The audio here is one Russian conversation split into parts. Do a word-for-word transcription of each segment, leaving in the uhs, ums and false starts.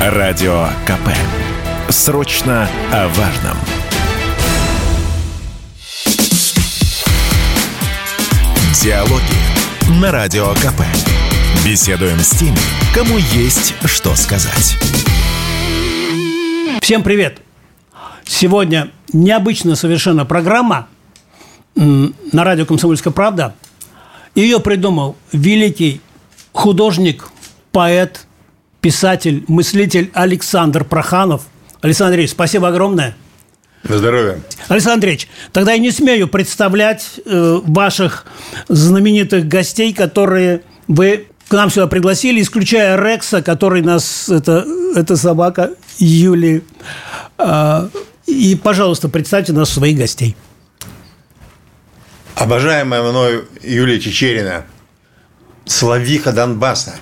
Радио КП. Срочно о важном. Диалоги на Радио КП. Беседуем с теми, кому есть что сказать. Всем привет! Сегодня необычная совершенно программа на радио «Комсомольская правда». Ее придумал великий художник, поэт, писатель, мыслитель Александр Проханов. Александр Андреевич, спасибо огромное. На здоровье. Александр Андреевич, тогда я не смею представлять э, ваших знаменитых гостей, которые вы к нам сюда пригласили, исключая Рекса, который нас, это, это собака Юли. Э, и, пожалуйста, представьте нас своих гостей. Обожаемая мною Юлия Чичерина, славиха Донбасса,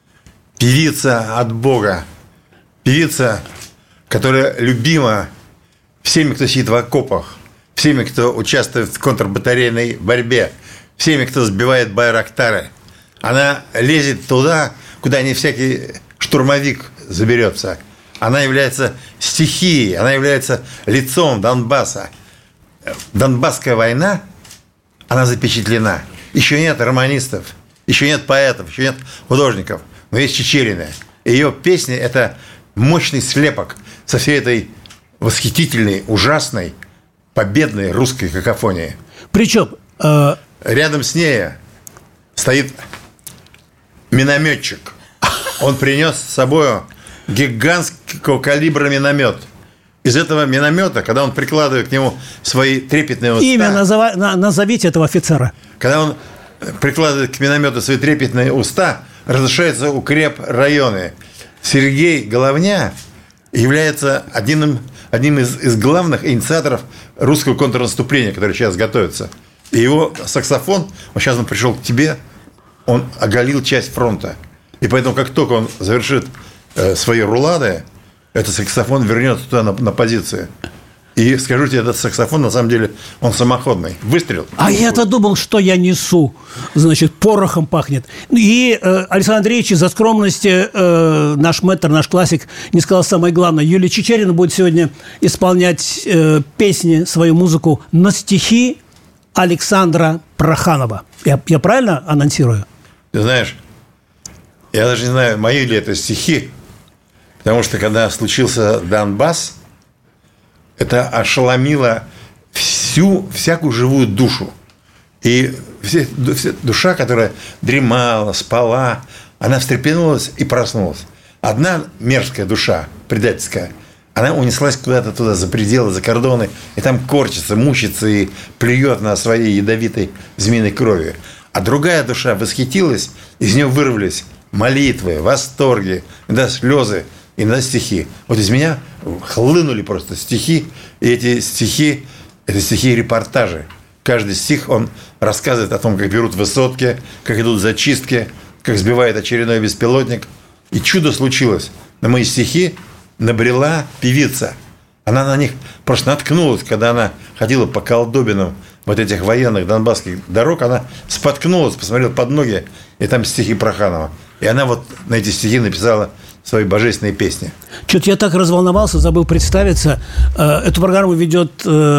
певица от Бога, певица, которая любима всеми, кто сидит в окопах, всеми, кто участвует в контрбатарейной борьбе, всеми, кто сбивает байрактары. Она лезет туда, куда не всякий штурмовик заберется. Она является стихией, она является лицом Донбасса. Донбасская война, она запечатлена. Еще нет романистов, еще нет поэтов, еще нет художников, но есть Чичерина. Ее песни – это мощный слепок со всей этой восхитительной, ужасной, победной русской какофонии. Причем э... рядом с ней стоит минометчик. Он принес с собой гигантского калибра миномет. Из этого миномета, когда он прикладывает к нему свои трепетные уста... Имя назова... назовите этого офицера. Когда он прикладывает к миномету свои трепетные уста, разрушаются укрепрайоны. Сергей Головня является одним, одним из, из главных инициаторов русского контрнаступления, которое сейчас готовится. И его саксофон, вот сейчас он пришел к тебе, он оголил часть фронта. И поэтому, как только он завершит э, свои рулады, этот саксофон вернется туда на, на позиции. И скажу тебе, этот саксофон, на самом деле, он самоходный. Выстрел. А я-то думал, что я несу. Значит, порохом пахнет. И э, Александр Андреевич из-за скромности э, наш мэтр, наш классик не сказал самое главное. Юлия Чичерина будет сегодня исполнять э, песни, свою музыку на стихи Александра Проханова. Я, я правильно анонсирую? Ты знаешь, я даже не знаю, мои ли это стихи, потому что когда случился Донбасс, это ошеломило всю, всякую живую душу. И все, все, душа, которая дремала, спала, она встрепенулась и проснулась. Одна мерзкая душа, предательская, она унеслась куда-то туда, за пределы, за кордоны, и там корчится, мучится и плюет на своей ядовитой змеиной крови. А другая душа восхитилась, из нее вырвались молитвы, восторги, да, слезы, иногда стихи. Вот из меня хлынули просто стихи, и эти стихи, это стихи-репортажи. Каждый стих, он рассказывает о том, как берут высотки, как идут зачистки, как сбивает очередной беспилотник. И чудо случилось. На мои стихи набрела певица. Она на них просто наткнулась, когда она ходила по колдобинам вот этих военных донбасских дорог. Она споткнулась, посмотрела под ноги, и там стихи Проханова. И она вот на эти стихи написала свои божественные песни. Что-то я так разволновался, забыл представиться. Эту программу ведет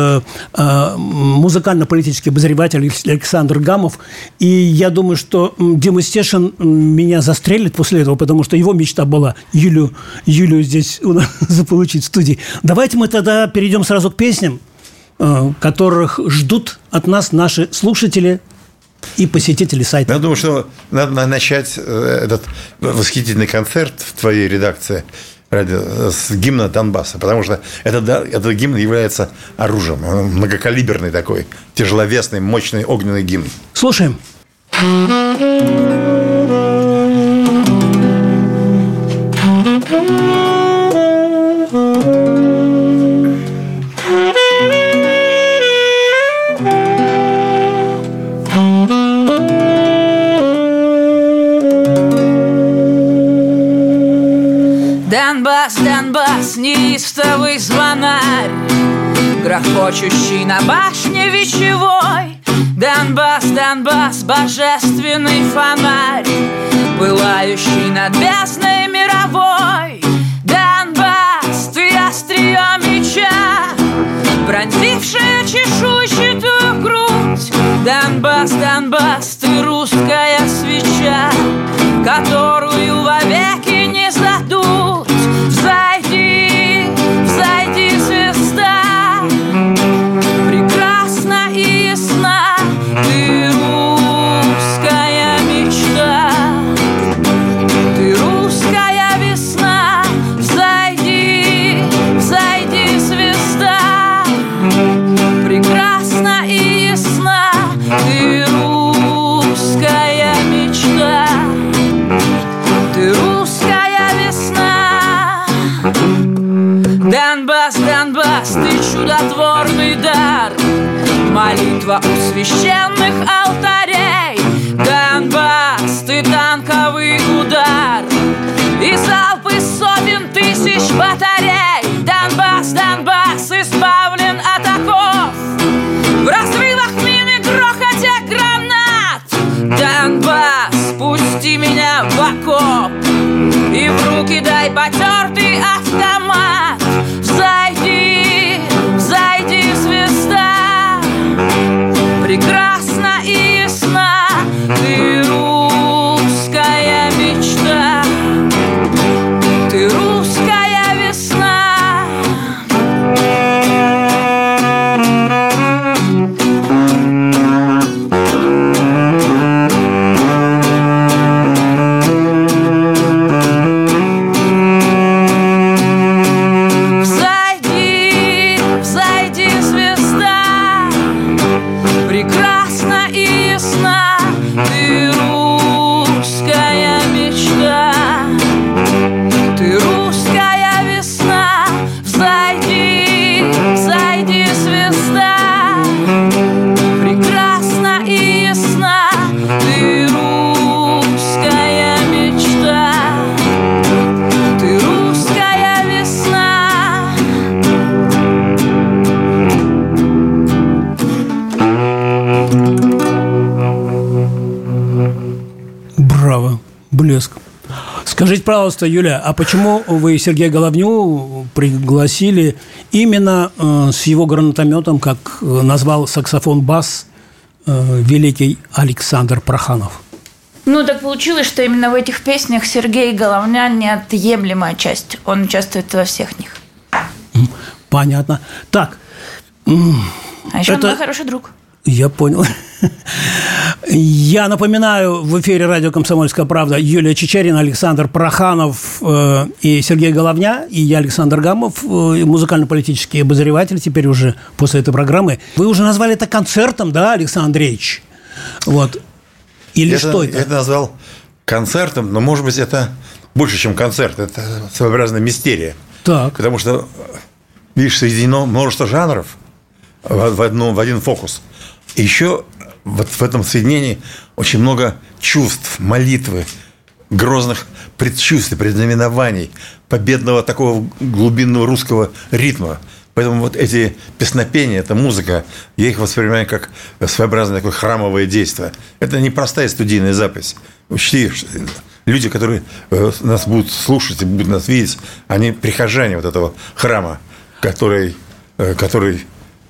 музыкально-политический обозреватель Александр Гамов. И я думаю, что Дима Стешин меня застрелит после этого, потому что его мечта была Юлю, Юлю здесь у нас заполучить в студии. Давайте мы тогда перейдем сразу к песням, которых ждут от нас наши слушатели и посетители сайта. Я думаю, что надо начать этот восхитительный концерт в твоей редакции радио с гимна Донбасса, потому что этот, этот гимн является оружием, он многокалиберный такой, тяжеловесный, мощный огненный гимн. Слушаем. Донбасс, Донбасс, неистовый звонарь, грохочущий на башне вечевой. Донбасс, Донбасс, божественный фонарь, пылающий над бездной мировой. Донбасс, Донбасс, ты чудотворный дар, молитва у священных алтарей. Донбасс, ты танковый удар и залпы сотен тысяч батарей. Донбасс, Донбасс, избавлен от оков, в разрывах мин и грохоте гранат. Донбасс, пусти меня в окоп и в руки дай потертый автомат. Взойди, взойди, звезда, прекрасна и ясна, ты русская мечта, ты русская весна. Блеск. Скажите, пожалуйста, Юля, а почему вы Сергея Головню пригласили именно э, с его гранатометом, как назвал саксофон-бас э, великий Александр Проханов? Ну, так получилось, что именно в этих песнях Сергей Головня неотъемлемая часть. Он участвует во всех них. Понятно. Так. А еще это... он мой хороший друг. Я понял. Я напоминаю, в эфире радио «Комсомольская правда» Юлия Чичерина, Александр Проханов э, и Сергей Головня, и я, Александр Гамов, э, музыкально-политический обозреватель теперь уже после этой программы. Вы уже назвали это концертом, да, Александр Андреевич? Вот. Или это, что это? Я это назвал концертом, но, может быть, это больше, чем концерт. Это своеобразная мистерия. Так. Потому что, видишь, соединено множество жанров в, в, одну, в один фокус. И еще вот в этом соединении очень много чувств, молитвы, грозных предчувствий, предзнаменований, победного такого глубинного русского ритма. Поэтому вот эти песнопения, эта музыка, я их воспринимаю как своеобразное такое храмовое действие. Это не простая студийная запись. Учти, люди, которые нас будут слушать и будут нас видеть, они прихожане вот этого храма, который, который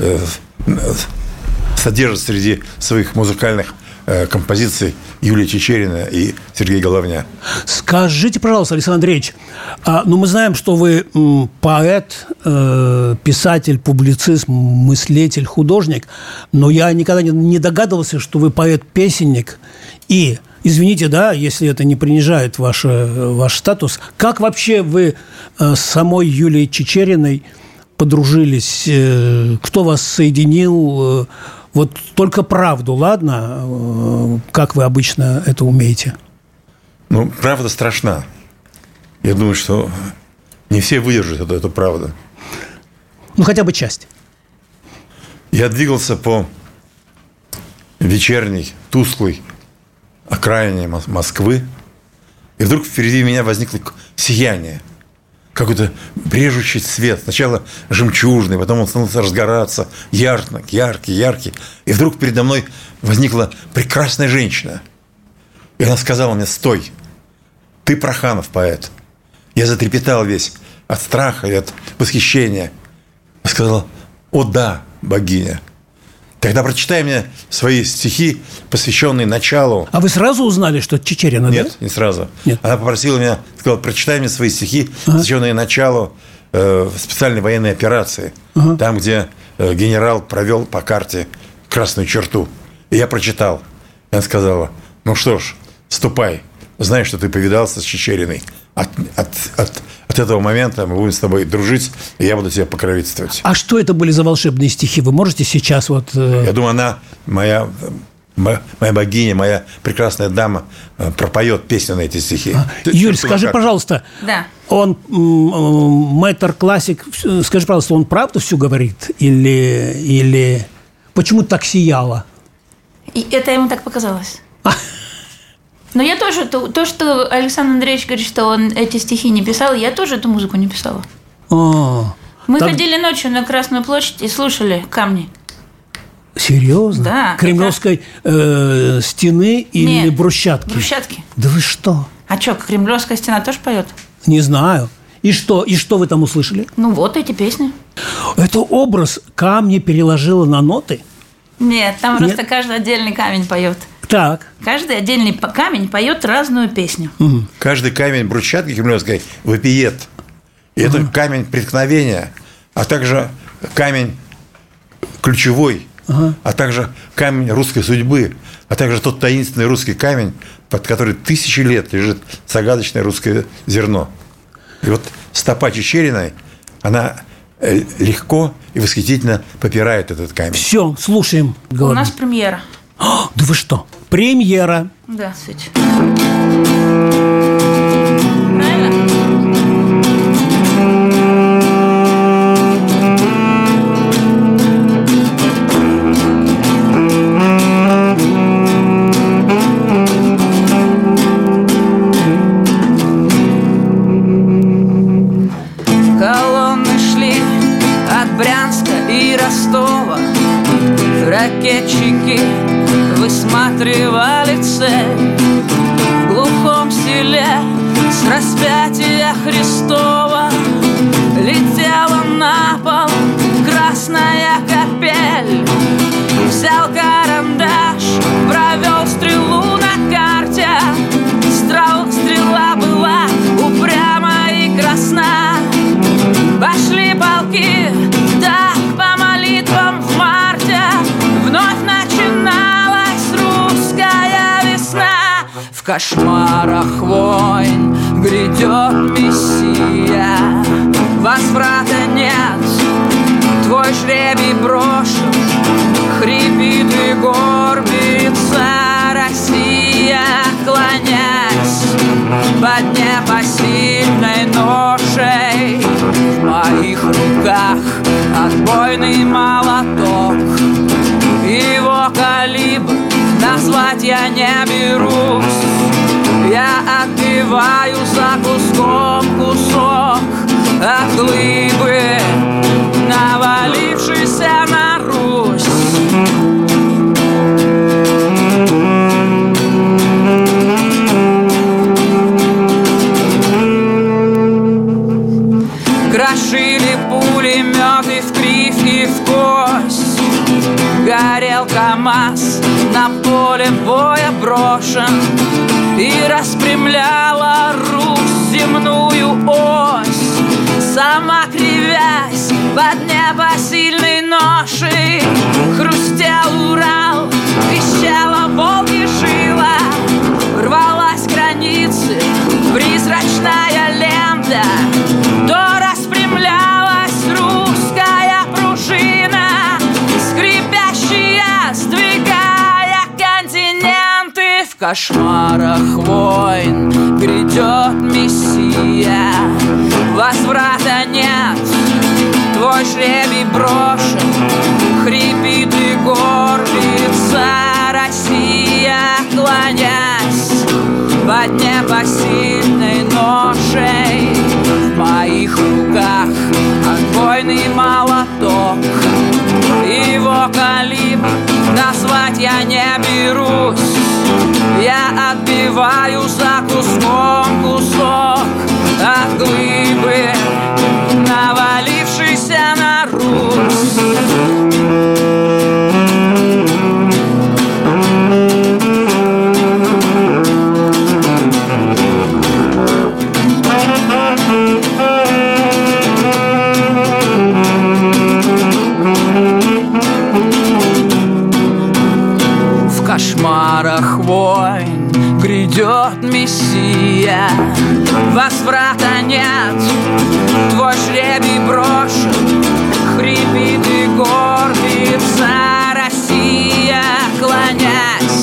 содержит среди своих музыкальных композиций Юлия Чичерина и Сергей Головня. Скажите, пожалуйста, Александр Андреевич, а, ну мы знаем, что вы м, поэт, э, писатель, публицист, мыслитель, художник, но я никогда не, не догадывался, что вы поэт-песенник. И, извините, да, если это не принижает ваш, ваш статус, как вообще вы э, с самой Юлией Чичериной подружились? Э, кто вас соединил? Э, Вот только правду, ладно? Как вы обычно это умеете? Ну, правда страшна. Я думаю, что не все выдержат эту, эту правду. Ну, хотя бы часть. Я двигался по вечерней, тусклой окраине Москвы, и вдруг впереди меня возникло сияние. Какой-то брежущий свет. Сначала жемчужный, потом он стал разгораться. Яркий, яркий, яркий. И вдруг передо мной возникла прекрасная женщина. И она сказала мне: стой, ты Проханов, поэт. Я затрепетал весь от страха и от восхищения. Я сказал: о да, богиня. Тогда прочитай мне свои стихи, посвященные началу. А вы сразу узнали, что это Чичерина, Нет, да? не сразу. Нет. Она попросила меня, сказала: прочитай мне свои стихи, ага. посвященные началу э, специальной военной операции, ага. там, где э, генерал провел по карте красную черту. И я прочитал. И она сказала: ну что ж, ступай, знай, что ты повидался с Чичериной. От, от, от, от этого момента мы будем с тобой дружить, и я буду тебя покровительствовать. А что это были за волшебные стихи? Вы можете сейчас вот... Э... Я думаю, она моя моя богиня, моя прекрасная дама пропоет песню на эти стихи. А, Юль, скажи, как? пожалуйста, да. он мэтр-классик, скажи, пожалуйста, он правду все говорит? Или, или почему так сияло? И это ему так показалось. Но я тоже, то, то, что Александр Андреевич говорит, что он эти стихи не писал, я тоже эту музыку не писала. А, Мы так... ходили ночью на Красную площадь и слушали камни. Серьезно? Да. Кремлевской э, стены или Нет, брусчатки? Брусчатки. Да вы что? А что, Кремлевская стена тоже поет? Не знаю. И что, и что вы там услышали? Ну вот эти песни. Это образ камни переложила на ноты? Нет, там Нет? просто каждый отдельный камень поет. Так. Каждый отдельный камень поет разную песню. Угу. Каждый камень брусчатки кремлевской вопиет. И угу. это камень преткновения, а также камень ключевой, угу. а также камень русской судьбы, а также тот таинственный русский камень, под который тысячи лет лежит загадочное русское зерно. И вот стопа Чичериной, она легко и восхитительно попирает этот камень. Все, слушаем. У нас премьера. О, да вы что? Премьера. Да, суть. Колонны шли от Брянска и Ростова. Ракетчики высматривали цель в глухом селе с распятия Христова. Летела на пол красная капель. Взял карандаш, провел стрелу на карте. Стрел, стрела была упряма и красна. Пошли полки, так по молитвам в марте. Вновь начиналась русская весна. В кошмарах войн грядет Мессия. Возврата нет, твой жребий брошен. Хрипит и горбится Россия, клонясь под непосильной ношей. В моих руках отбойный молоток. Его калибр назвать я не берусь. Я отбиваю за куском кусок от глыбы, навалившийся на Русь. Крошили пулеметы в кривь и в кость. Горел КамАЗ, на поле боя брошен. И распрямляла Русь земную ось. Сама кривясь под непосильной ношей, хрустел Урал, трещала волки жила. Рвалась границы призрачная лента. То распрямлялась русская пружина, скрипящая, сдвигая континенты. В кошмарах войн грядет Мессия. Возврата нет, твой жребий брошен. Хрипит и горбится Россия, клонясь под непосильной ношей. В моих руках отбойный молоток. Его калибр назвать я не берусь. Я отбиваю за куском кусок от глыбы, навалившийся на Русь. В кошмарах войн грядет Мессия. Возврата нет, твой жребий брошен. Хрипит и горбится Россия, клонясь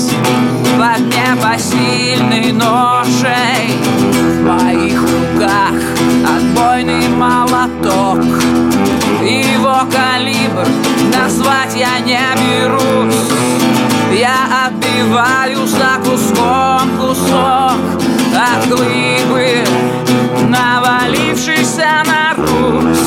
ношей. В моих руках отбойный молоток. Его калибр назвать я не берусь. Я отбиваю за куском кусок от глыбы, навалившийся на Русь.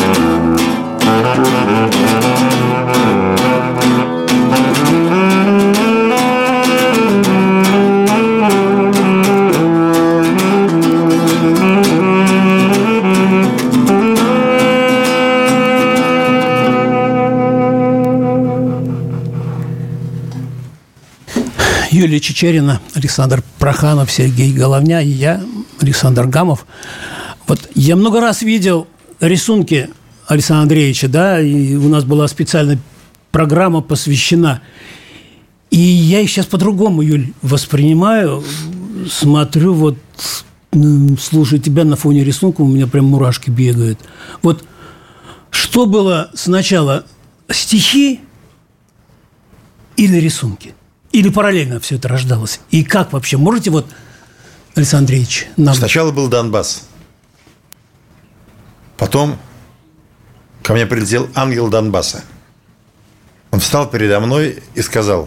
Юлия Чичерина, Александр Проханов, Сергей Головня и я, Александр Гамов. Вот я много раз видел рисунки Александра Андреевича, да, и у нас была специальная программа посвящена. И я их сейчас по-другому, Юль, воспринимаю, смотрю, вот, слушаю тебя на фоне рисунка, у меня прям мурашки бегают. Вот что было сначала, стихи или рисунки? Или параллельно все это рождалось? И как вообще? Можете вот, Александр Андреевич, нам... Сначала был Донбасс. Потом ко мне прилетел ангел Донбасса. Он встал передо мной и сказал: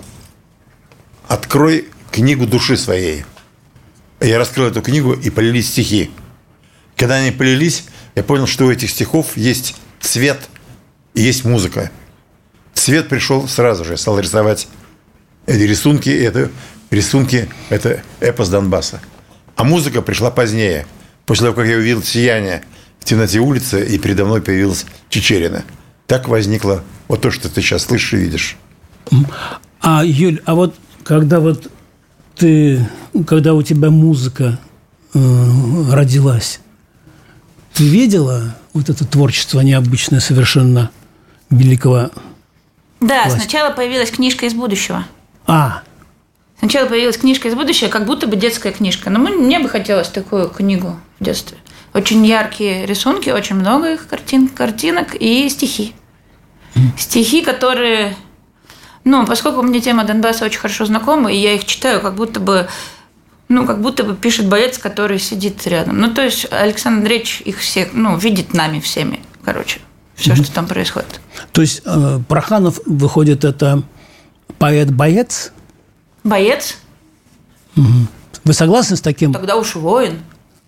открой книгу души своей. Я раскрыл эту книгу, и полились стихи. Когда они полились, я понял, что у этих стихов есть цвет и есть музыка. Цвет пришел сразу же. Я стал рисовать эти рисунки. Это рисунки – это эпос Донбасса. А музыка пришла позднее. После того, как я увидел сияние в темноте улицы, и передо мной появилась Чичерина. Так возникло вот то, что ты сейчас слышишь и видишь. А, Юль, а вот когда вот ты, когда у тебя музыка э, родилась, ты видела вот это творчество необычное совершенно великого? Да, классика? Сначала появилась книжка из будущего. А. Сначала появилась книжка из будущего, как будто бы детская книжка. Но мне бы хотелось такую книгу в детстве. Очень яркие рисунки, очень много их картин, картинок и стихи. Стихи, которые... Ну, поскольку мне тема Донбасса очень хорошо знакома, и я их читаю, как будто бы... Ну, как будто бы пишет боец, который сидит рядом. Ну, то есть Александр Андреевич их всех, ну, видит нами всеми, короче, все, mm-hmm. что там происходит. То есть э, Проханов, выходит, это поэт-боец? Боец. Угу. Вы согласны с таким? Тогда уж воин.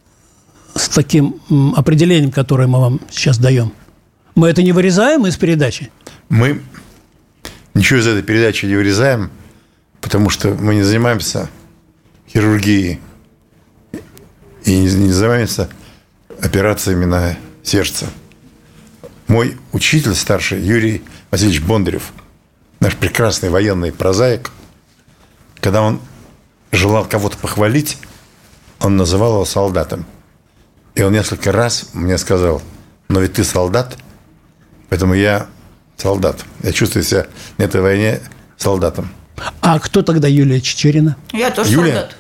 С таким м, определением, которое мы вам сейчас даем? Мы это не вырезаем из передачи? Мы ничего из этой передачи не вырезаем, потому что мы не занимаемся хирургией и не занимаемся операциями на сердце. Мой учитель старший, Юрий Васильевич Бондарев, наш прекрасный военный прозаик, когда он желал кого-то похвалить, он называл его солдатом. И он несколько раз мне сказал: но ведь ты солдат, поэтому я солдат. Я чувствую себя на этой войне солдатом. А кто тогда Юлия Чичерина? Я тоже Юлия. солдат.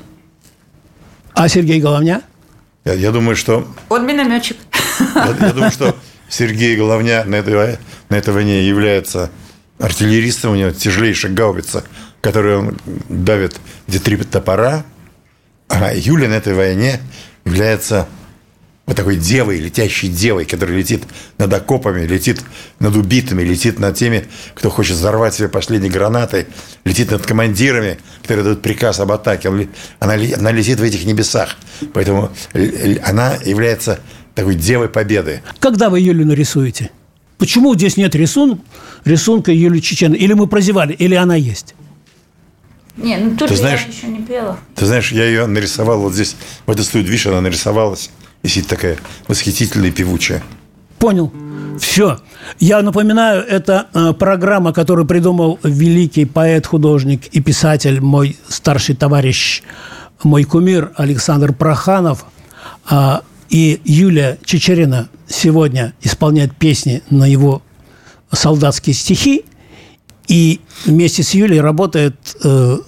А Сергей Головня? Я, я думаю, что... Он минометчик. Я, я думаю, что Сергей Головня на этой, на этой войне является артиллеристом. У него тяжелейшая гаубица, которую он давит, где три топора. А Юля на этой войне является вот такой девой, летящей девой, которая летит над окопами, летит над убитыми, летит над теми, кто хочет взорвать себе последней гранатой, летит над командирами, которые дают приказ об атаке. Она, она летит в этих небесах. Поэтому она является такой девой победы. Когда вы Юлю нарисуете? Почему здесь нет рисун, рисунка Юлии Чичерины? Или мы прозевали, или она есть? Не, ну тут ты я знаешь, еще не пела. Ты знаешь, я ее нарисовал вот здесь, в этой студии, видишь, она нарисовалась. И сидит такая восхитительная и певучая. Понял. Все. Я напоминаю, это э, программа, которую придумал великий поэт, художник и писатель, мой старший товарищ, мой кумир Александр Проханов. Э, и Юлия Чичерина сегодня исполняет песни на его солдатские стихи. И вместе с Юлей работает э,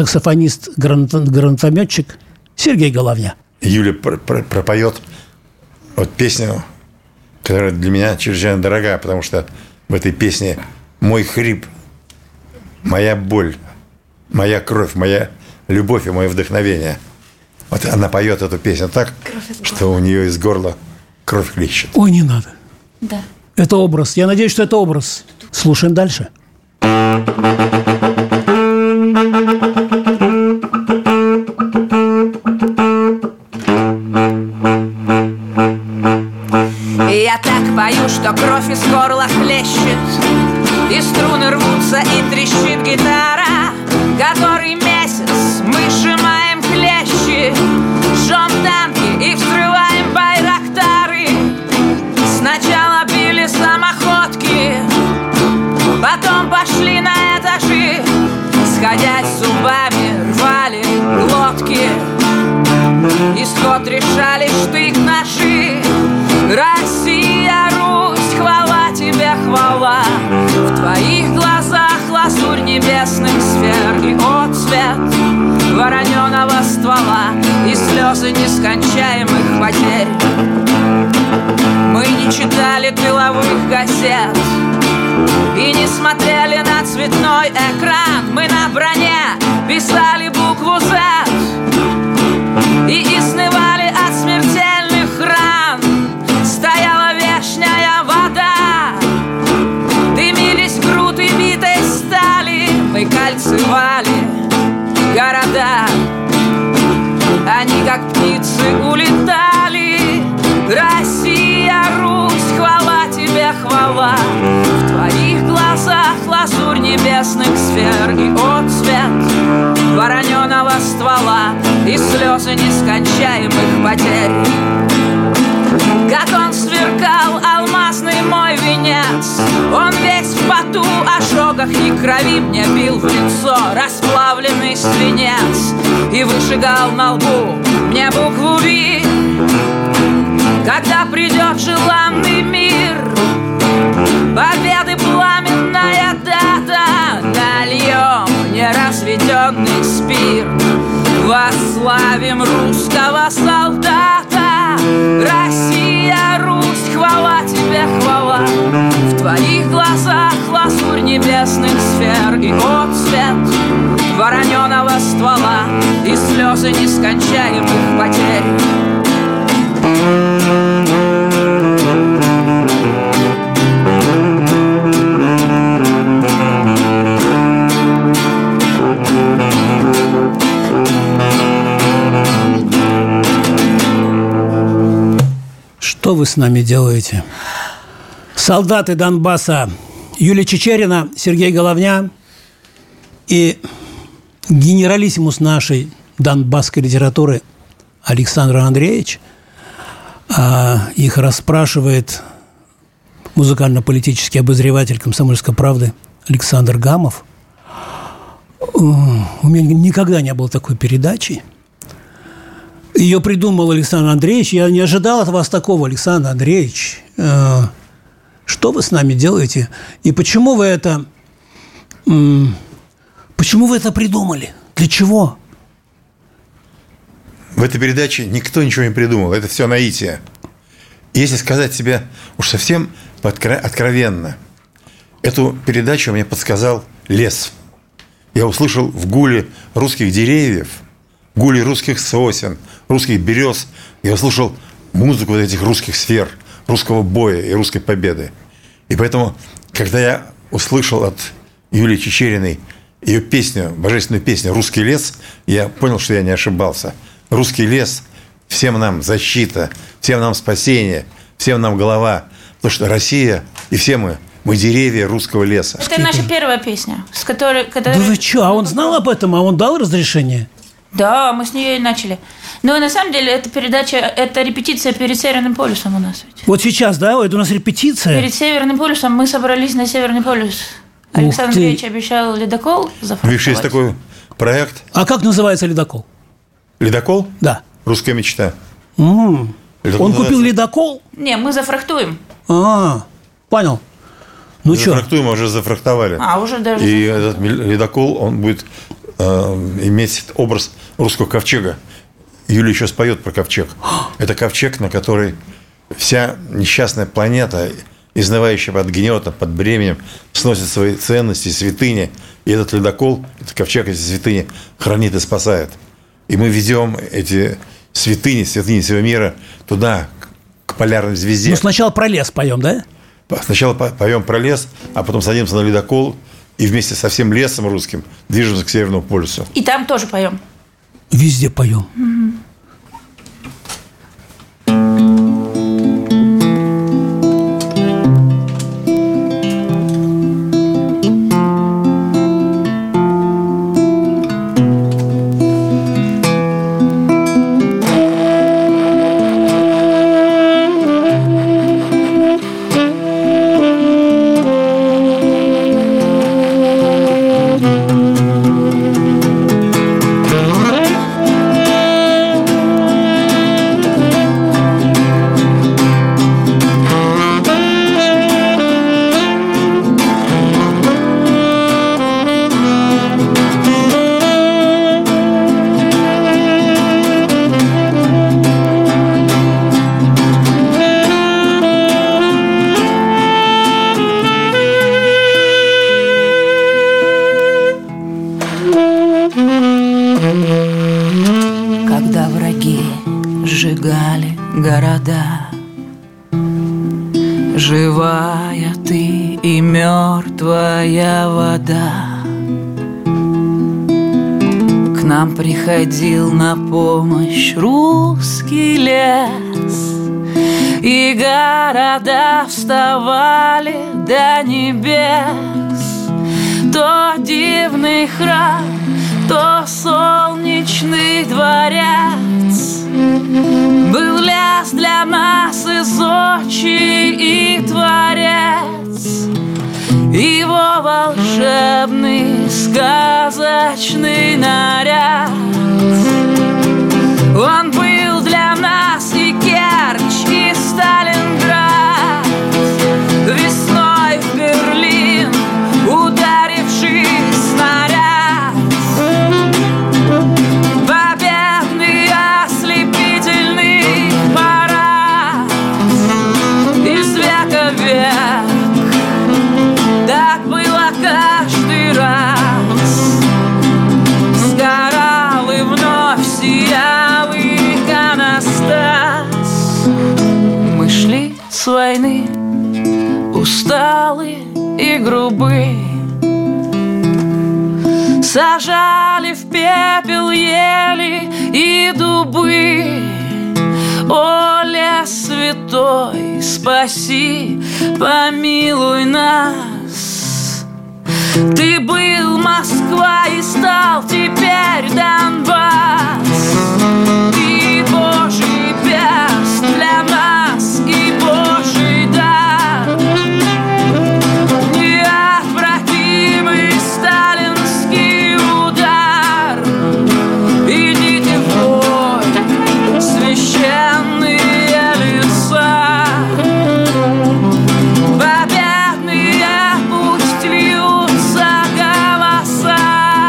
саксофонист-гранатометчик Сергей Головня. Юля пропоет вот песню, которая для меня чрезвычайно дорога, потому что в этой песне мой хрип, моя боль, моя кровь, моя любовь и мое вдохновение. Вот она поет эту песню так, что у нее из горла кровь хлещет. Ой, не надо. Да. Это образ. Я надеюсь, что это образ. Слушаем дальше. Я так пою, что кровь из горла хлещет, и струны рвутся, и трещит гитара. Который месяц мы сжимаем клещи, жжем танки и взрываем байрактары. Сначала били самоходки, потом пошли на этажи, сходясь зубами рвали глотки. Исход решали штык-ножи. Россия, Русь, хвала тебе, хвала. В твоих глазах лазурь небесных сфер и отцвет вороненого ствола и слезы нескончаемых потерь. Мы не читали тыловых газет и не смотрели на цветной экран. Мы на броне писали букву «З» и изнывали от смертельных ран. Стояла вешняя вода, дымились груды битой стали. Мы кольцевали города, они как птицы улетали. Россия, Русь, хвала тебе, хвала. В твоих глазах лазурь небесных сфер и отцвет вороненого ствола и слезы нескончаемых потерь. Как он сверкал, алмазный мой венец, он весь в поту, ожогах и крови мне бил в лицо расплавленный свинец и выжигал на лбу мне букву «Ви». Когда придет желанный мир, победы пламенная дата, нальем неразведенный спирт, восславим русского солдата. Россия, Русь, хвала тебе, хвала. В твоих глазах лазурь небесных сфер и отцвет вороненого ствола и слезы нескончаемых потерь. Что вы с нами делаете? Солдаты Донбасса Юлия Чичерина, Сергей Головня и генералиссимус нашей донбасской литературы Александр Андреевич. А их расспрашивает музыкально-политический обозреватель «Комсомольской правды» Александр Гамов. У меня никогда не было такой передачи. Ее придумал Александр Андреевич. Я не ожидал от вас такого, Александр Андреевич. Что вы с нами делаете? И почему вы это... Почему вы это придумали? Для чего? В этой передаче никто ничего не придумал. Это все наитие. Если сказать себе уж совсем откровенно, эту передачу мне подсказал лес. Я услышал в гуле русских деревьев, гуле русских сосен, русских берез. Я услышал музыку вот этих русских сфер, русского боя и русской победы. И поэтому, когда я услышал от Юлии Чичериной ее песню, божественную песню «Русский лес», я понял, что я не ошибался. Русский лес, всем нам защита, всем нам спасение, всем нам голова. Потому что Россия и все мы, мы деревья русского леса. Это наша первая песня, с которой... которой... Да вы что, а он знал об этом, а он дал разрешение? Да, мы с нее и начали. Но на самом деле эта передача, это репетиция перед Северным полюсом у нас. Ведь. Вот сейчас, да? Это у нас репетиция? Перед Северным полюсом мы собрались на Северный полюс. Александр Андреевич обещал ледокол зафрахтовать. Видишь, есть такой проект. А как называется ледокол? Ледокол? Да. Русская мечта. М-м. Он купил ледокол? Не, мы зафрахтуем. А, понял. Ну что? Зафрахтуем, уже зафрахтовали. А, уже даже. И этот ледокол, он будет э, иметь образ русского ковчега. Юля еще споет про ковчег. Это ковчег, на который вся несчастная планета, изнывающая под гнетом, под бременем, сносит свои ценности, святыни. И этот ледокол, этот ковчег, эти святыни хранит и спасает. И мы ведем эти святыни, святыни всего мира туда, к полярной звезде. Ну, сначала про лес поем, да? Сначала поем про лес, а потом садимся на ледокол и вместе со всем лесом русским движемся к Северному полюсу. И там тоже поем. Везде поем. Угу. Когда враги сжигали города, живая ты и мертвая вода, к нам приходил на помощь русский лес, и города вставали до небес. То дивный храм, то солнечный дворец, был лес для нас и зодчий, и творец, его волшебный сказочный наряд. Он был для нас и Керчь, и Сталинград, весной в Берлин ударивший снаряд, победный ослепительный парад, из века в век так было каждый раз. Сгорал и вновь сиял иконостас. Мы шли с войны усталые и грубые, сажали в пепел ели и дубы. О, лес святой, спаси, помилуй нас. Ты был Москва и стал теперь Донбасс. И Божий перст для нас, и Божий дар, неотвратимый сталинский удар. Идите в бой, священные леса, победные пусть льются голоса.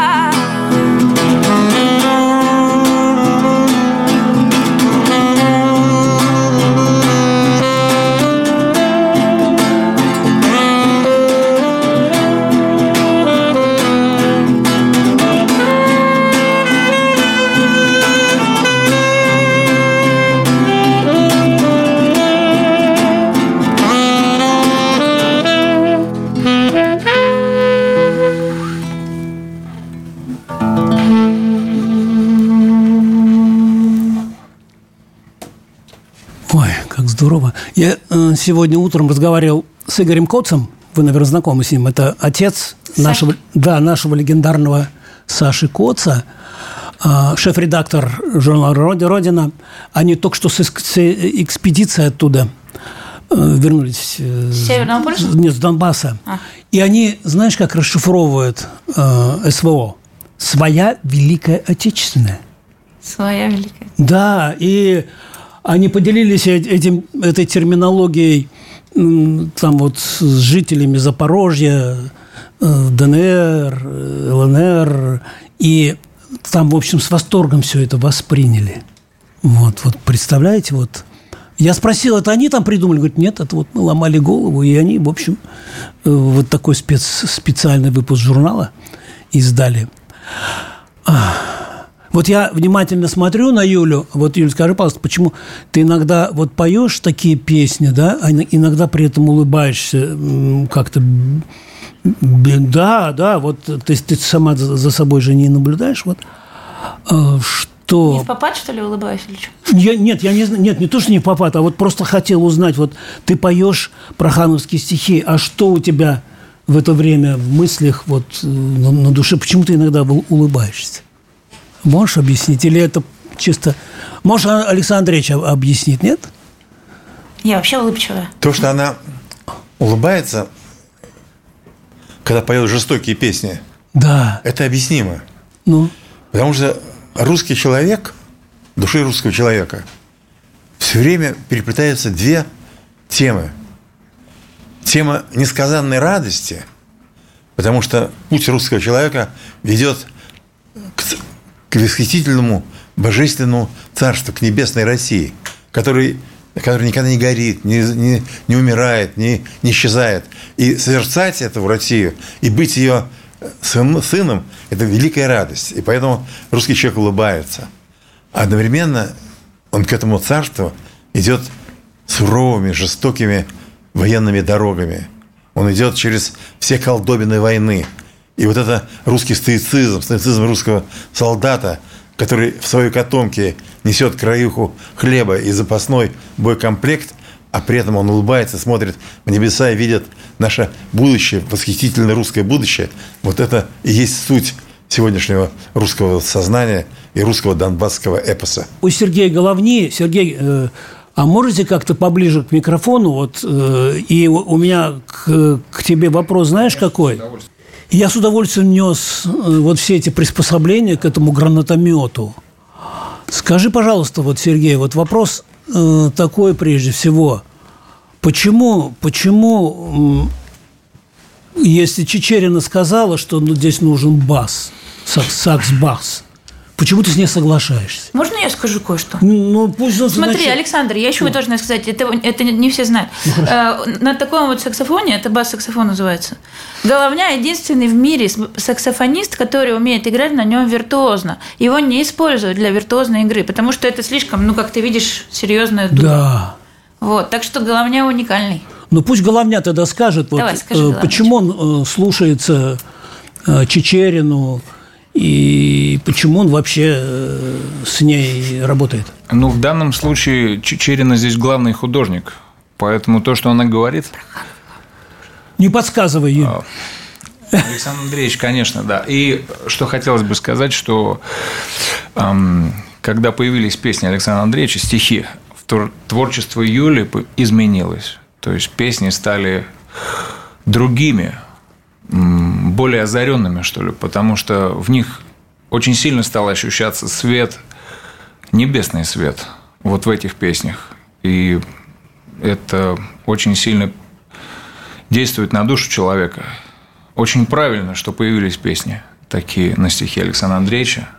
Ой, как здорово. Я э, сегодня утром разговаривал с Игорем Коцем. Вы, наверное, знакомы с ним. Это отец нашего, да, нашего легендарного Саши Коца, э, шеф-редактор журнала «Родина». Они только что с, экс- с экспедиции оттуда э, вернулись. Э, С Северного полюса? Нет, с Донбасса. А. И они, знаешь, как расшифровывают э, СВО? «Своя Великая Отечественная». Своя великая. Да, и они поделились этим, этой терминологией там вот с жителями Запорожья, ДНР, ЛНР, и там, в общем, с восторгом все это восприняли. Вот, вот представляете, вот. Я спросил, это они там придумали? Говорят, нет, это вот мы ломали голову, и они, в общем, вот такой спец, специальный выпуск журнала издали. Вот я внимательно смотрю на Юлю. Вот, Юля, скажи, пожалуйста, почему ты иногда вот поешь такие песни, да, а иногда при этом улыбаешься как-то... Да, да, вот ты, ты сама за собой же не наблюдаешь, вот. Что... Не в попад, что ли, улыбаюсь или что? Я, нет, я не знаю, нет, не то, что не в попад, а вот просто хотел узнать, вот ты поешь прохановские стихи, а что у тебя в это время в мыслях, вот на, на душе, почему ты иногда улыбаешься? Можешь объяснить? Или это чисто... Можешь Александр Андреевич объяснить, нет? Я вообще улыбчивая. То, что она улыбается, когда поет жестокие песни, да. Это объяснимо. Ну? Потому что русский человек, души русского человека, все время переплетаются две темы. Тема несказанной радости, потому что путь русского человека ведет к, к восхитительному божественному царству, к небесной России, который, который никогда не горит, не, не, не умирает, не, не исчезает. И созерцать эту Россию и быть ее сын, сыном – это великая радость. И поэтому русский человек улыбается. А одновременно он к этому царству идет суровыми, жестокими военными дорогами. Он идет через все колдобины войны. И вот это русский стоицизм, стоицизм русского солдата, который в своей котомке несет краюху хлеба и запасной боекомплект, а при этом он улыбается, смотрит в небеса и видит наше будущее, восхитительное русское будущее. Вот это и есть суть сегодняшнего русского сознания и русского донбасского эпоса. У Сергея Головни, Сергей... Э... А можете как-то поближе к микрофону? Вот, э, и у меня к, к тебе вопрос, знаешь, какой? Я с удовольствием нес э, вот все эти приспособления к этому гранатомету. Скажи, пожалуйста, вот, Сергей, вот вопрос э, такой прежде всего. Почему, почему э, если Чичерина сказала, что ну, здесь нужен бас, сакс, сакс-бас, почему ты с ней соглашаешься? Можно я скажу кое-что? Ну, пусть он Смотри, значит... Александр, я еще ну. должна сказать, это, это не все знают. Ну, на таком вот саксофоне, это бас-саксофон называется, Головня единственный в мире саксофонист, который умеет играть на нем виртуозно. Его не используют для виртуозной игры, потому что это слишком, ну, как ты видишь, серьезная дура. Да. Вот, так что Головня уникальный. Ну, пусть Головня тогда скажет, вот, Давай, скажи, почему он э, слушается э, Чичерину, и почему он вообще с ней работает? Ну, в данном случае Чичерина здесь главный художник. Поэтому то, что она говорит... Не подсказывай ей. Александр Андреевич, конечно, да. И что хотелось бы сказать, что эм, когда появились песни Александра Андреевича, стихи, творчество Юли изменилось. То есть песни стали другими, более озаренными, что ли, потому что в них очень сильно стал ощущаться свет, небесный свет, вот в этих песнях. И это очень сильно действует на душу человека. Очень правильно, что появились песни такие на стихи Александра Андреевича.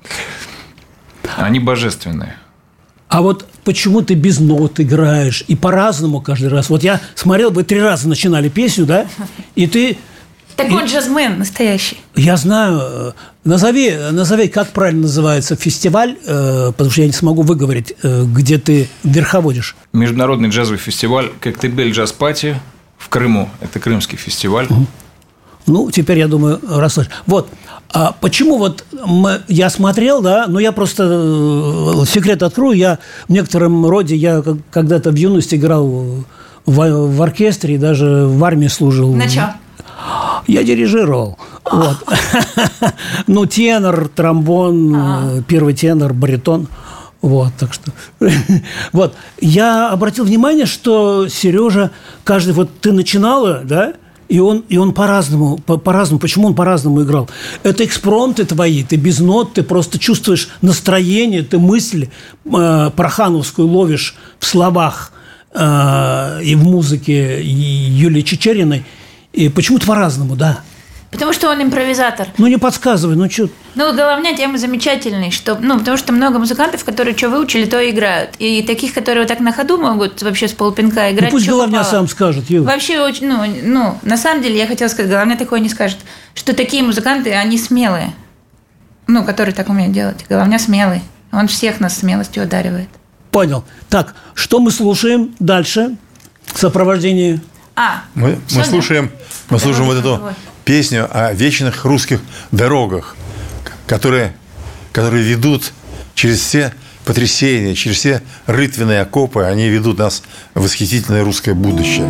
Они божественные. А вот почему ты без нот играешь и по-разному каждый раз? Вот я смотрел, вы три раза начинали песню, да, и ты... Так он джазмен настоящий. Я знаю. Назови, назови, как правильно называется фестиваль, потому что я не смогу выговорить, где ты верховодишь. Международный джазовый фестиваль «Коктебель Джаз Пати» в Крыму. Это крымский фестиваль. Угу. Ну, теперь, я думаю, расслышишь. Вот. А почему вот мы, я смотрел, да, но я просто секрет открою. Я в некотором роде, я когда-то в юности играл в, в оркестре и даже в армии служил. На чё? Я дирижировал. Вот. Ну, тенор, тромбон, первый тенор, баритон. Вот, так что... Вот. Я обратил внимание, что Сережа, каждый... Вот ты начинала, да? И он, и он по-разному, по, по-разному. Почему он по-разному играл? Это экспромты твои, ты без нот, ты просто чувствуешь настроение, ты мысль э, прохановскую ловишь в словах э, и в музыке Юлии Чичериной. И почему-то по-разному, да. Потому что он импровизатор. Ну, не подсказывай, ну что? Ну, Головня тема замечательная, что, ну, потому что много музыкантов, которые что выучили, то и играют. И таких, которые вот так на ходу могут вообще с полпинка играть. Ну, пусть Головня попало. сам скажет, Юля. Вообще, очень, ну, ну, на самом деле, я хотела сказать, Головня такое не скажет, что такие музыканты, они смелые. ну, который так умеет делать. Головня смелый. Он всех нас смелостью одаривает. Понял. Так, что мы слушаем дальше в сопровождении? А, Мы, всё, мы да? слушаем, мы слушаем вот эту Давай. песню о вечных русских дорогах, которые, которые ведут через все потрясения, через все рытвенные окопы, они ведут нас в восхитительное русское будущее.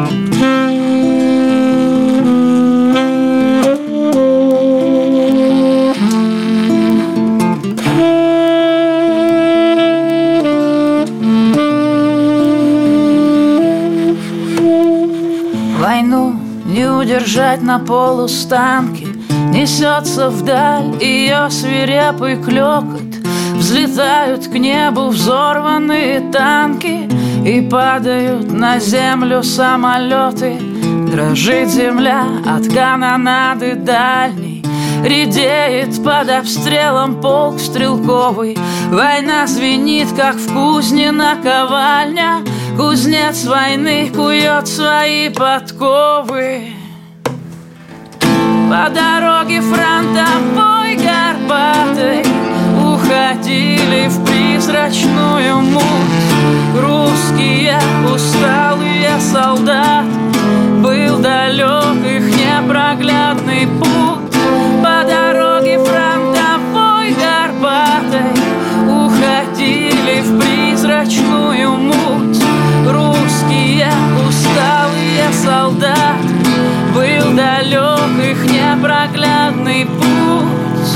Войну не удержать на полустанке, несется вдаль ее свирепый клёкот. Взлетают к небу взорванные танки и падают на землю самолеты. Дрожит земля от канонады дальней, редеет под обстрелом полк стрелковый. Война звенит, как в кузне наковальня. Кузнец войны кует свои подковы. По дороге фронтовой горбатой уходили в призрачную муть русские усталые солдаты. Был далек их непроглядный путь. По дороге фронтовой горбатой уходили в призрачную муть русские усталые солдаты. Был далек их непроглядный путь.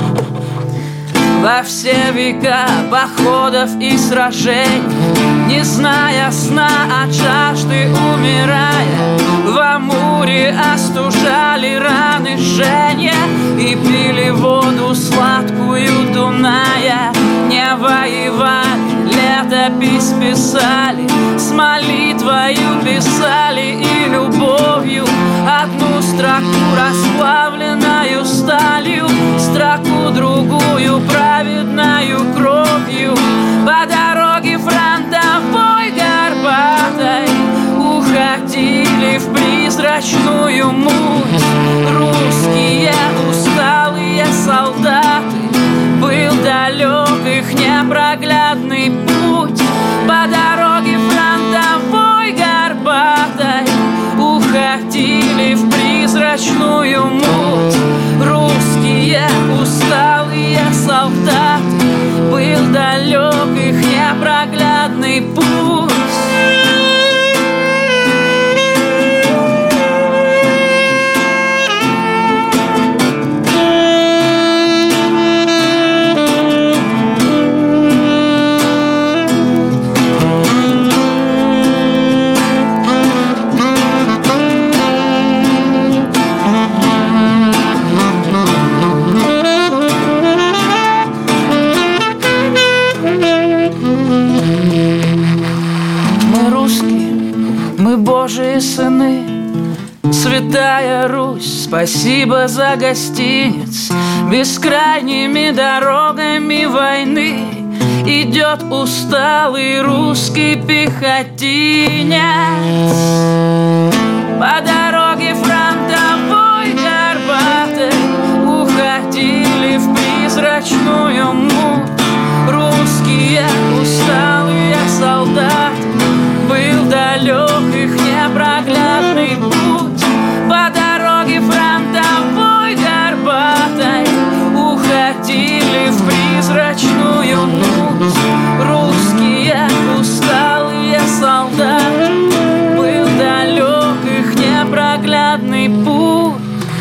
Во все века походов и сражений, не зная сна, от жажды умирая, в Амуре остужали раны жжения и пили воду сладкую Дуная. Не воевали, летопись писали, с молитвою писали и любовью одну строку расплавленную сталью, строку другую праведною кровью. По дороге фронтовой горбатой уходили в призрачную муть русские усталые солдаты. Был далек их непроглядный путь. По дороге фронтовой горбатой уходили в призрачную муть русские усталые солдаты. Был далек их непроглядный путь. Божьи сыны, святая Русь, спасибо за гостиниц. Бескрайними дорогами войны идет усталый русский пехотинец. По дороге фронтовой горбатой уходили в призрачную муть русские усталые солдаты. Был далек их непроглядный путь. По дороге фронтовой горбатой уходили в призрачную муть русские усталые солдаты. Был далек их непроглядный путь.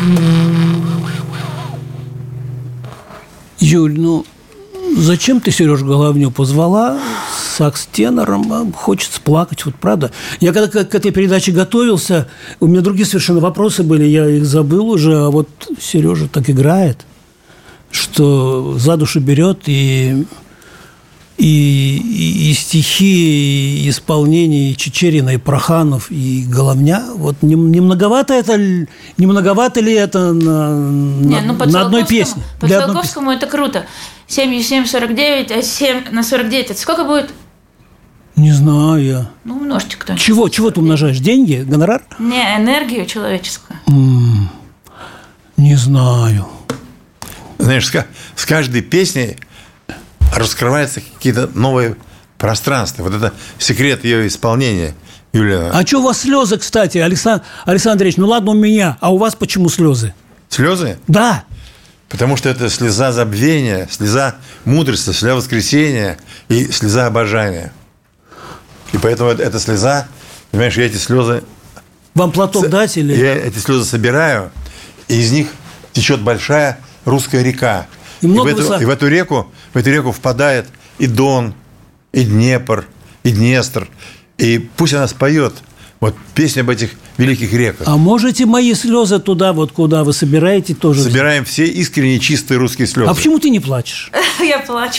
Юль, ну зачем ты Сережу Головню позвала? Сакс-тенором, хочется плакать, вот правда. Я когда к этой передаче готовился, у меня другие совершенно вопросы были, я их забыл уже, а вот Сережа так играет, что за душу берет, и, и, и, и стихи, и исполнение, и Чичерина, и Проханов, и Головня. Вот не, не многовато это, не многовато ли это на, не, ну, на одной песне? По Циолковскому это круто. семь, семь, сорок девять, а семь на сорок девять, это сколько будет? Не знаю я. Ну, умножьте кто-нибудь. Чего? Чего ты умножаешь? Деньги? Гонорар? Не, энергию человеческую. М-м, не знаю. Знаешь, с каждой песней раскрываются какие-то новые пространства. Вот это секрет ее исполнения, Юлия. А что у вас слезы, кстати, Александр, Александр Андреевич? Ну ладно, у меня, а у вас почему слезы? Слезы? Да. Потому что это слеза забвения, слеза мудрости, слеза воскресения и слеза обожания. И поэтому эта слеза, понимаешь, я эти слезы... Вам платок дать или... Я эти слезы собираю, и из них течет большая русская река. И, и, много в, эту, высот... и в эту реку, в эту реку впадает и Дон, и Днепр, и Днестр. И пусть она споет вот песню об этих великих реках. А можете мои слезы туда, вот куда вы собираете, тоже... Собираем все искренние, чистые русские слезы. А почему ты не плачешь? Я плачу.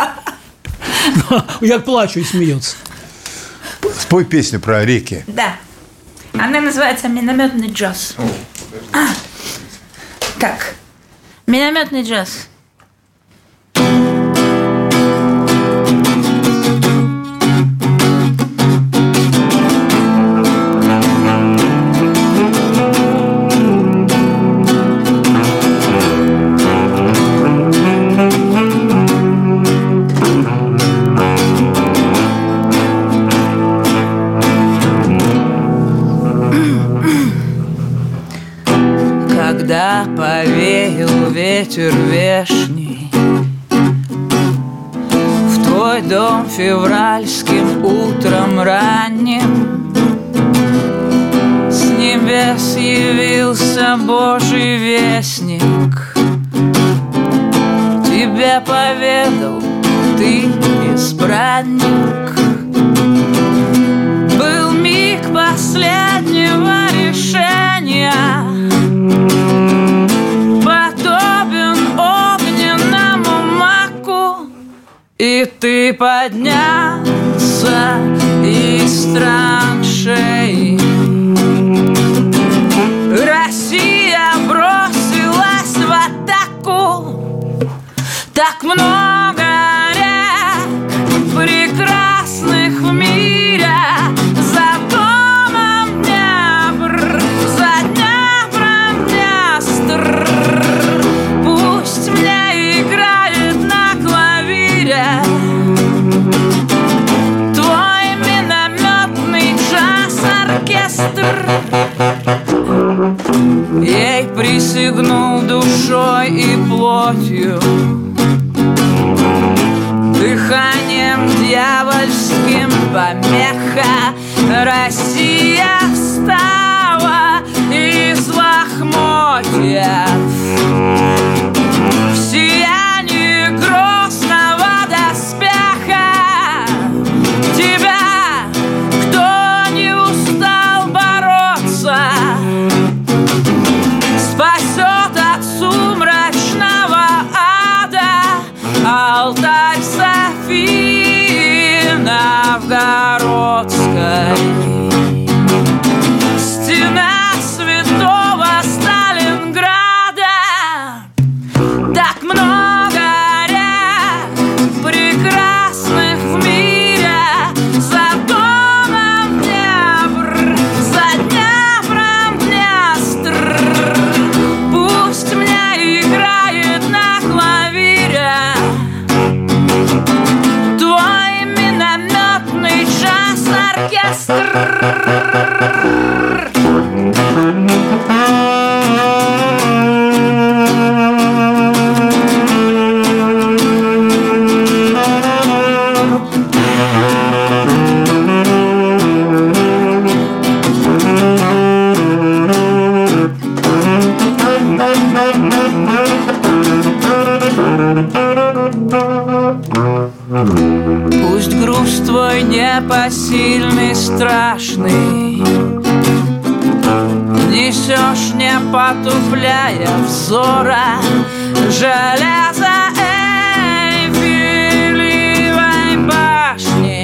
Я плачу и смеется. Спой песню про реки. Да. Она называется «Минометный джаз». А. Так. Минометный джаз. Когда повеял ветер вешний в твой дом февральским утром ранним, с небес явился Божий вестник, тебе поведал ты, избранник. Был миг последнего решения, подобен огненному маку, и ты поднялся из траншей. Россия бросилась в атаку. Так много рек прекрасных в мире, за домом Днепр, за Днепром Днестр. Пусть мне играет на клавире твой минометный джаз-оркестр. Ей присягнул душой и плотью, дыханием дьявольским помеха. Россия встала из лохмотьев в сиянии грозного доспеха. Тебя, кто не устал бороться, спасет от сумрачного ада алтарь Софии Новгородской. Стена святого Сталинграда. Так много рек прекрасных в мире, за домом Днепр, за Днепром Днестр. Пусть мне играет на клавире твой минометный джаз-оркестр. Пусть груз твой непосильный, страшный несешь, не потупляя взора, железо Эйфелевой башни,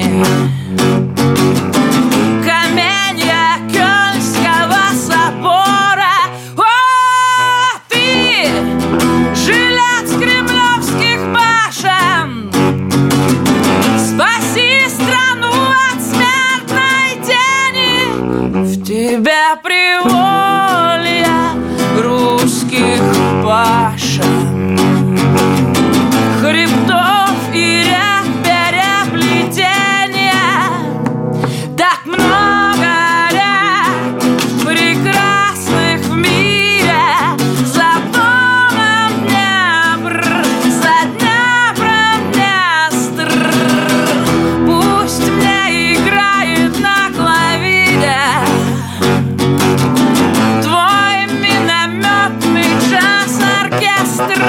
каменья Кёльнского собора. О, ты, жилец кремлевских башен, спаси страну от смертной тени. В тебя приволья русских пашен. хребтов и рек переплетения. Так много рек прекрасных в мире, за домом Днепр, за Днепром Днестр. Пусть мне играет на клавире твой минометный джаз-оркестр.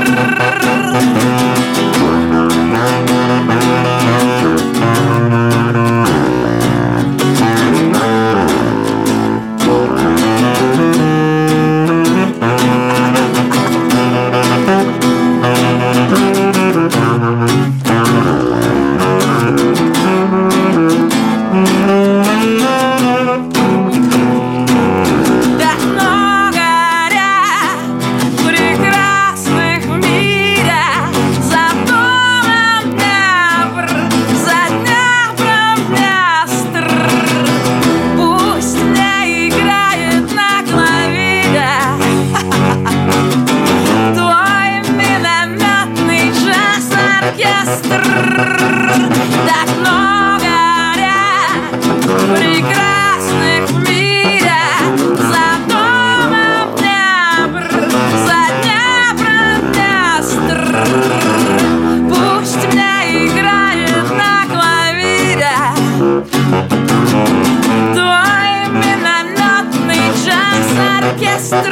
Так много рек прекрасных в мире, за домом Днепр, за Днепром Днестр. Пусть мне играет на клавире твой минометный джаз-оркестр. Так много рек прекрасных в мире, за домом Днепр, за Днепром Днестр. Пусть мне играет на клавире твой минометный джаз-оркестр.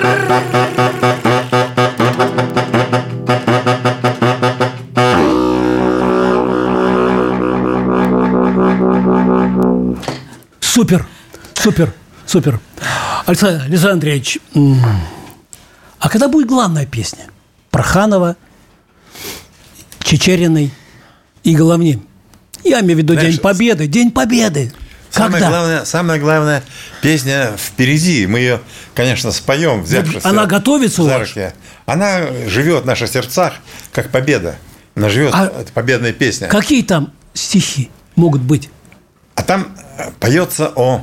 Супер, супер, супер. Александр, Александр Андреевич, м, а когда будет главная песня? Проханова, Чичериной и Головни. Я имею в виду Знаешь, День Победы. День Победы. Самая Когда? главная, самая главная песня впереди. Мы ее, конечно, споем, взявшись. Она готовится у за вас? руки. Она живет в наших сердцах, как победа. Она живет, А это победная песня. Какие там стихи могут быть? А там поется о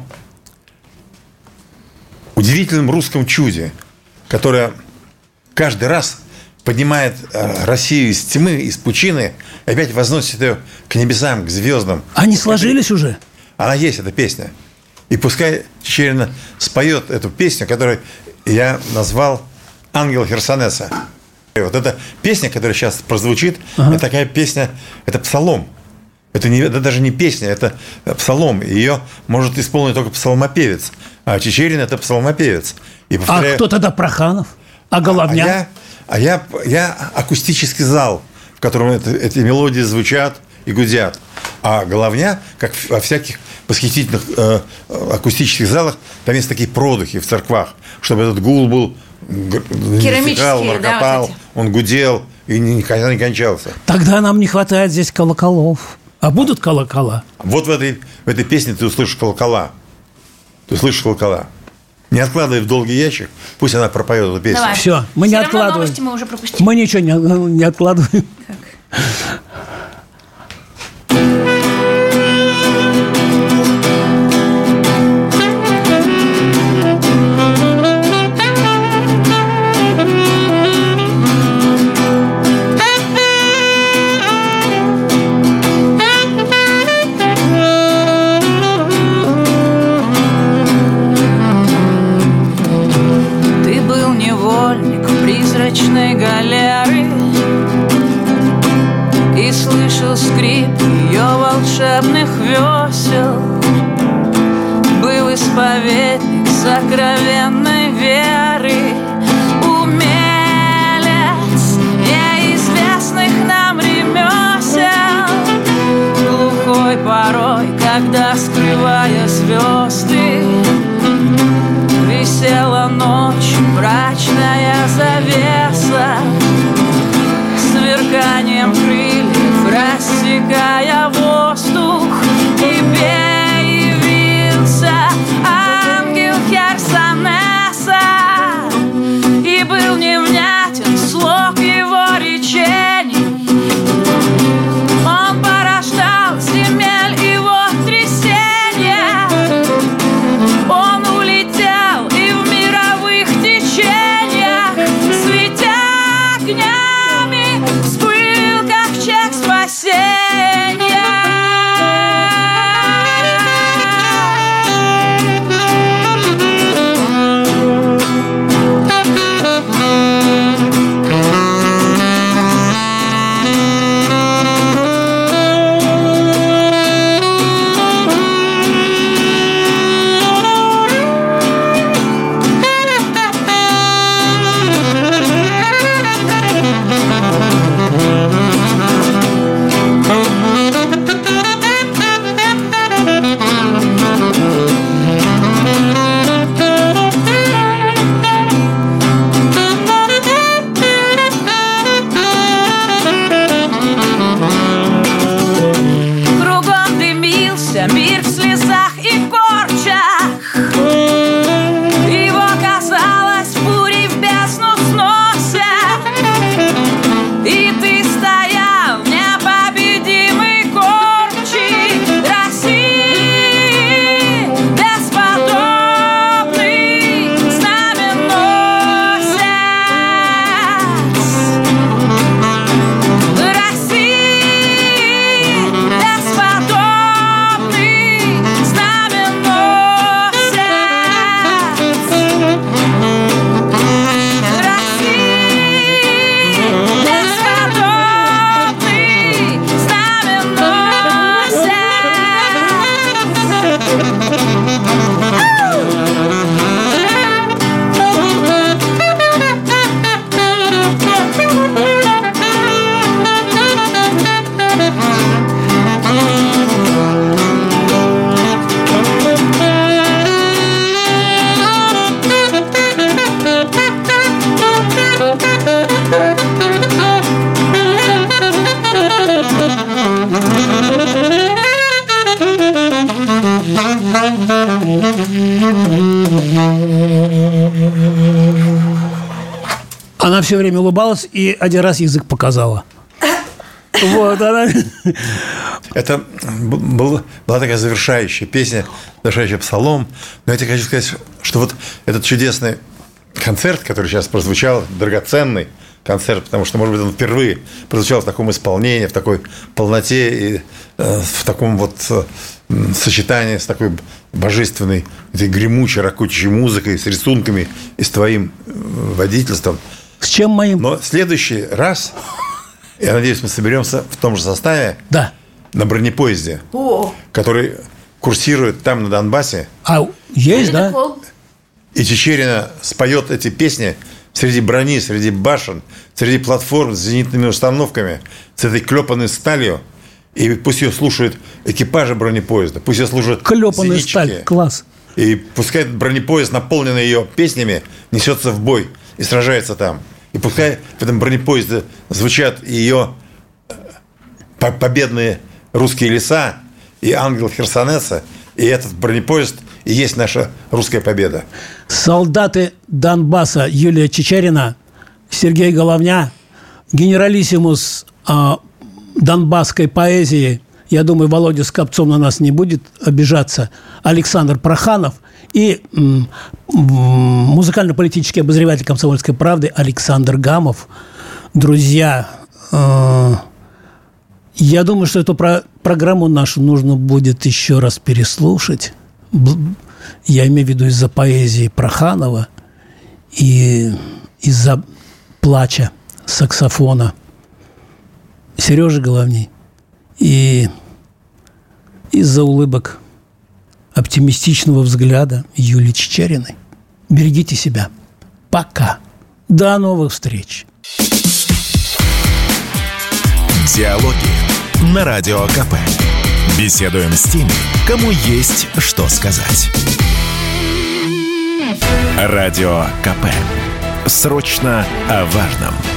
удивительном русском чуде, которое каждый раз поднимает Россию из тьмы, из пучины, и опять возносит ее к небесам, к звездам. Они сложились уже? Она есть, эта песня. И пускай Чичерина споет эту песню, которую я назвал «Ангел Херсонеса». И вот эта песня, которая сейчас прозвучит, ага. это такая песня, это псалом. Это, не, это даже не песня, это псалом. Ее может исполнить только псалмопевец. А Чичерин – это псалмопевец. И повторяю, а кто тогда Проханов? А Головня? А я, а я, я акустический зал, в котором это, эти мелодии звучат и гудят. А Головня, как во всяких восхитительных э, акустических залах, там есть такие продухи в церквах, чтобы этот гул был керамический, наркопал, да, вот он гудел и никогда не кончался. Тогда нам не хватает здесь колоколов. А будут колокола? Вот в этой, в этой песне ты услышишь колокола. Ты услышишь колокола. Не откладывай в долгий ящик, пусть она пропоет эту песню. Давай. Все, мы Все не равно откладываем. новости мы уже пропустили. Мы ничего не, не откладываем. Как? призрачной галеры и слышал скрип ее волшебных весел. Был исповедник сокровенной веры, умелец неизвестных нам ремесел, глухой порой, когда, скрывая звезды, висела ночь, мрачная завеса, сверканием крыльев рассекая воздух, тебе явился ангел Херсонеса, и был невнятен слог его речений. Он порождал земель и вот трясения, Она все время улыбалась и один раз язык показала. Вот она. Это был, была такая завершающая песня, завершающий псалом. Но я тебе хочу сказать, что вот этот чудесный концерт, который сейчас прозвучал, драгоценный концерт, потому что, может быть, он впервые прозвучал в таком исполнении, в такой полноте и э, в таком вот э, сочетании с такой божественной, этой гремучей, ракучей музыкой, с рисунками и с твоим водительством. С чем моим? Но в следующий раз, я надеюсь, мы соберемся в том же составе, да, на бронепоезде, О. который курсирует там, на Донбассе. А есть, да? И Чичерина споет эти песни среди брони, среди башен, среди платформ с зенитными установками, с этой клепанной сталью. И пусть ее слушают экипажи бронепоезда, пусть ее слушают клепанная зенитчики. Сталь, класс. И пускай этот бронепоезд, наполненный ее песнями, несется в бой и сражается там. И пускай в этом бронепоезде звучат ее победные русские леса и ангел Херсонеса, и этот бронепоезд и есть наша русская победа. Солдаты Донбасса Юлия Чичерина, Сергей Головня, генералиссимус э, донбасской поэзии, я думаю, Володя Скопцов на нас не будет обижаться, Александр Проханов и м, м, музыкально-политический обозреватель «Комсомольской правды» Александр Гамов. Друзья, э, я думаю, что эту про- программу нашу нужно будет еще раз переслушать. Я имею в виду из-за поэзии Проханова и из-за плача саксофона Сережи Головни и из-за улыбок оптимистичного взгляда Юлии Чичериной. Берегите себя. Пока. До новых встреч. Диалоги на Радио КП. Беседуем с теми, кому есть что сказать. Радио КП. Срочно о важном.